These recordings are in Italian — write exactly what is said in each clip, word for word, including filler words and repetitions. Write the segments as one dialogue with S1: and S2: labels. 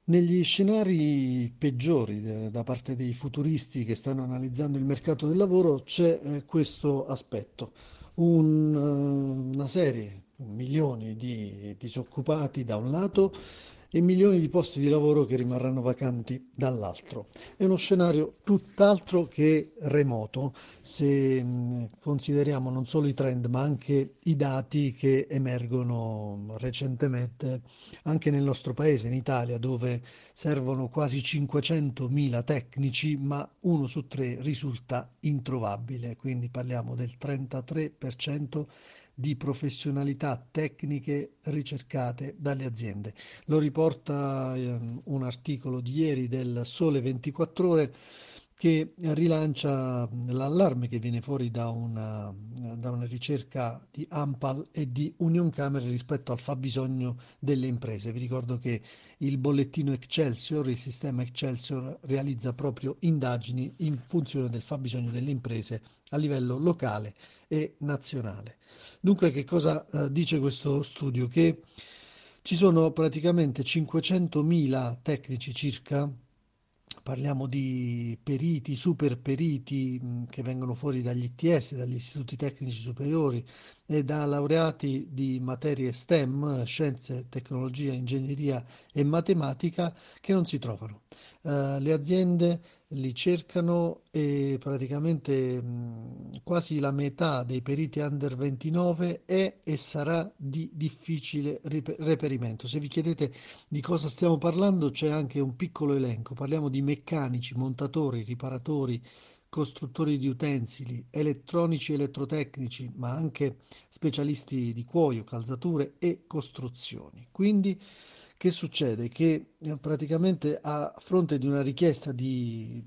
S1: Negli scenari peggiori eh, da parte dei futuristi che stanno analizzando il mercato del lavoro c'è eh, questo aspetto, Un, eh, una serie, milioni di disoccupati da un lato e milioni di posti di lavoro che rimarranno vacanti dall'altro. È uno scenario tutt'altro che remoto se mh, consideriamo non solo i trend ma anche i dati che emergono recentemente anche nel nostro paese, in Italia, dove servono quasi cinquecentomila tecnici, ma uno su tre risulta introvabile, quindi parliamo del trentatré per cento di professionalità tecniche ricercate dalle aziende. Lo riporta ehm, un articolo di ieri del Sole ventiquattro Ore che rilancia l'allarme che viene fuori da una, da una ricerca di Ampal e di Unioncamere rispetto al fabbisogno delle imprese. Vi ricordo che il bollettino Excelsior, il sistema Excelsior, realizza proprio indagini in funzione del fabbisogno delle imprese a livello locale e nazionale. Dunque, che cosa eh, dice questo studio? Che ci sono praticamente cinquecentomila tecnici circa. Parliamo di periti, super periti mh, che vengono fuori dagli I T S, dagli istituti tecnici superiori e da laureati di materie STEM, scienze, tecnologia, ingegneria e matematica, che non si trovano. Eh, le aziende li cercano e praticamente mh, quasi la metà dei periti under ventinove è e sarà di difficile rip- reperimento. Se vi chiedete di cosa stiamo parlando, c'è anche un piccolo elenco. Parliamo di meccanici, montatori, riparatori, costruttori di utensili, elettronici e elettrotecnici, ma anche specialisti di cuoio, calzature e costruzioni. Quindi che succede? Che eh, praticamente a fronte di una richiesta di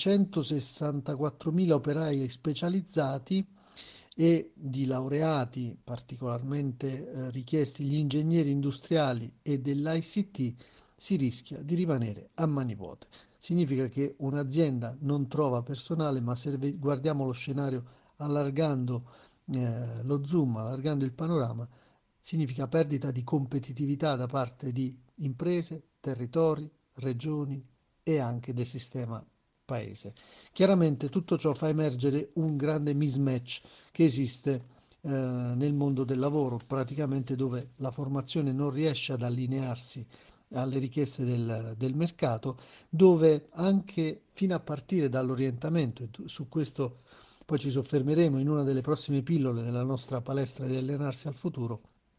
S1: duecentosessantaquattromila operai specializzati e di laureati particolarmente eh, richiesti, gli ingegneri industriali e dell'I C T, si rischia di rimanere a mani vuote. Significa che un'azienda non trova personale, ma se guardiamo lo scenario allargando eh, lo zoom, allargando il panorama, significa perdita di competitività da parte di imprese, territori, regioni e anche del sistema paese. Chiaramente tutto ciò fa emergere un grande mismatch che esiste eh, nel mondo del lavoro, praticamente dove la formazione non riesce ad allinearsi alle richieste del, del mercato, dove anche fino a partire dall'orientamento, e tu- su questo poi ci soffermeremo in una delle prossime pillole della nostra palestra di allenarsi al futuro,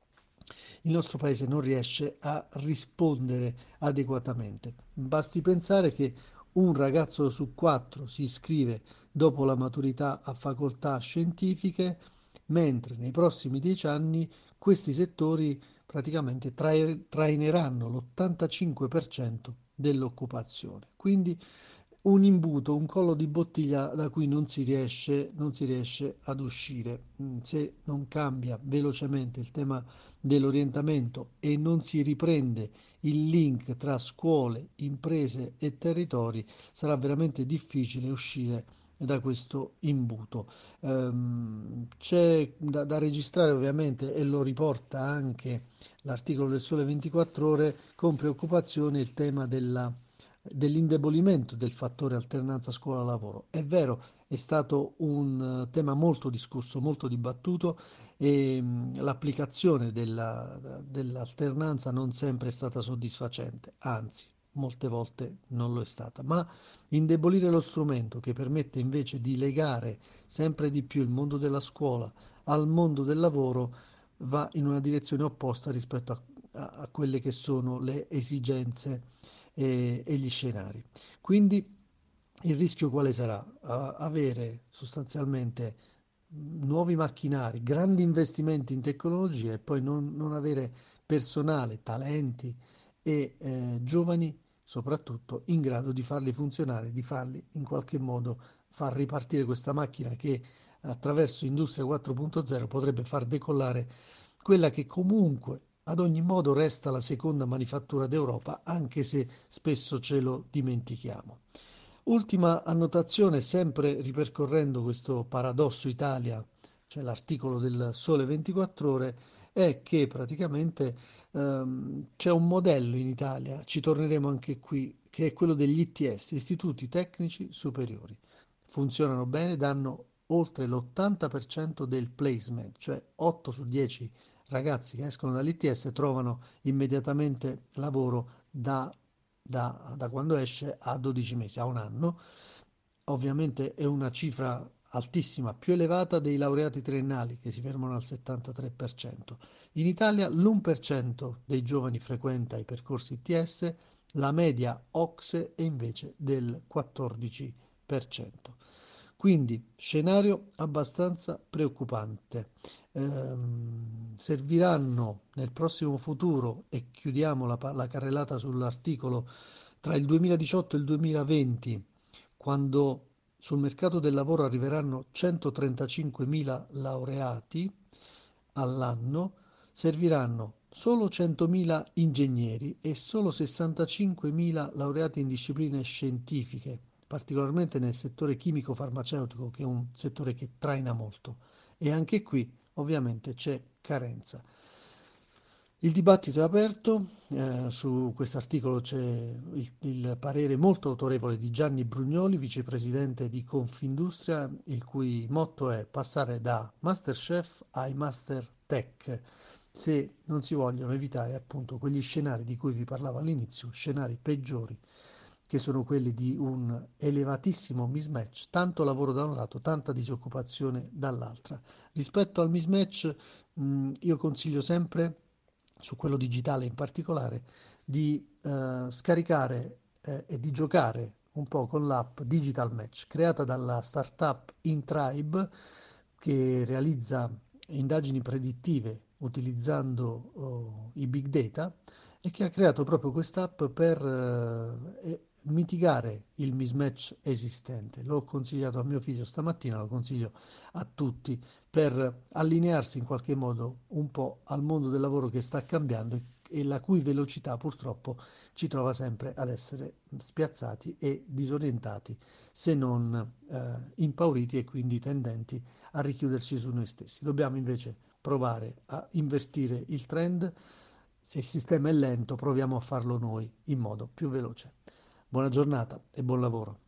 S1: il nostro paese non riesce a rispondere adeguatamente. Basti pensare che un ragazzo su quattro si iscrive dopo la maturità a facoltà scientifiche, mentre nei prossimi dieci anni questi settori praticamente trai- traineranno l'ottantacinque per cento dell'occupazione. Quindi un imbuto, un collo di bottiglia da cui non si riesce, non si riesce ad uscire. Mm, Se non cambia velocemente il tema dell'orientamento e non si riprende il link tra scuole, imprese e territori, sarà veramente difficile uscire da questo imbuto. Ehm, c'è da, da registrare ovviamente, e lo riporta anche l'articolo del Sole ventiquattro Ore, con preoccupazione il tema della dell'indebolimento del fattore alternanza scuola-lavoro. È vero, è stato un eh, tema molto discusso, molto dibattuto e mh, l'applicazione della- dell'alternanza non sempre è stata soddisfacente, anzi, molte volte non lo è stata. Ma indebolire lo strumento che permette invece di legare sempre di più il mondo della scuola al mondo del lavoro va in una direzione opposta rispetto a, a- a quelle che sono le esigenze e, e gli scenari. Quindi il rischio quale sarà? A- avere sostanzialmente mh, nuovi macchinari, grandi investimenti in tecnologia e poi non, non avere personale, talenti e eh, giovani soprattutto in grado di farli funzionare, di farli in qualche modo far ripartire questa macchina che attraverso Industria quattro punto zero potrebbe far decollare quella che comunque ad ogni modo resta la seconda manifattura d'Europa, anche se spesso ce lo dimentichiamo. Ultima annotazione, sempre ripercorrendo questo paradosso Italia, cioè l'articolo del Sole ventiquattro Ore, è che praticamente ehm, c'è un modello in Italia, ci torneremo anche qui, che è quello degli I T S, Istituti Tecnici Superiori. Funzionano bene, danno oltre l'ottanta per cento del placement, cioè otto su dieci ragazzi che escono dall'I T S trovano immediatamente lavoro da, da- da quando esce a dodici mesi, a un anno. Ovviamente è una cifra altissima, più elevata dei laureati triennali che si fermano al settantatré per cento. In Italia l'uno per cento dei giovani frequenta i percorsi I T S, la media O C S E è invece del quattordici per cento. Quindi scenario abbastanza preoccupante. Ehm, serviranno nel prossimo futuro, e chiudiamo la, pa- la carrellata sull'articolo, tra il duemiladiciotto e il duemilaventi, quando sul mercato del lavoro arriveranno centotrentacinquemila laureati all'anno, serviranno solo centomila ingegneri e solo sessantacinquemila laureati in discipline scientifiche, particolarmente nel settore chimico-farmaceutico, che è un settore che traina molto. E anche qui ovviamente c'è carenza. Il dibattito è aperto, eh, su questo articolo c'è il, il parere molto autorevole di Gianni Brugnoli, vicepresidente di Confindustria, il cui motto è passare da Masterchef ai Master Tech, se non si vogliono evitare appunto quegli scenari di cui vi parlavo all'inizio, scenari peggiori, che sono quelli di un elevatissimo mismatch, tanto lavoro da un lato, tanta disoccupazione dall'altra. Rispetto al mismatch, mh, io consiglio sempre, su quello digitale in particolare, di eh, scaricare eh, e di giocare un po' con l'app Digital Match, creata dalla startup InTribe, che realizza indagini predittive utilizzando oh, i big data, e che ha creato proprio quest'app per eh, e- mitigare il mismatch esistente. L'ho consigliato a mio figlio stamattina, lo consiglio a tutti, per allinearsi in qualche modo un po' al mondo del lavoro che sta cambiando e la cui velocità purtroppo ci trova sempre ad essere spiazzati e disorientati, se non eh, impauriti e quindi tendenti a richiuderci su noi stessi. Dobbiamo invece provare a invertire il trend. Se il sistema è lento, proviamo a farlo noi in modo più veloce. Buona giornata e buon lavoro.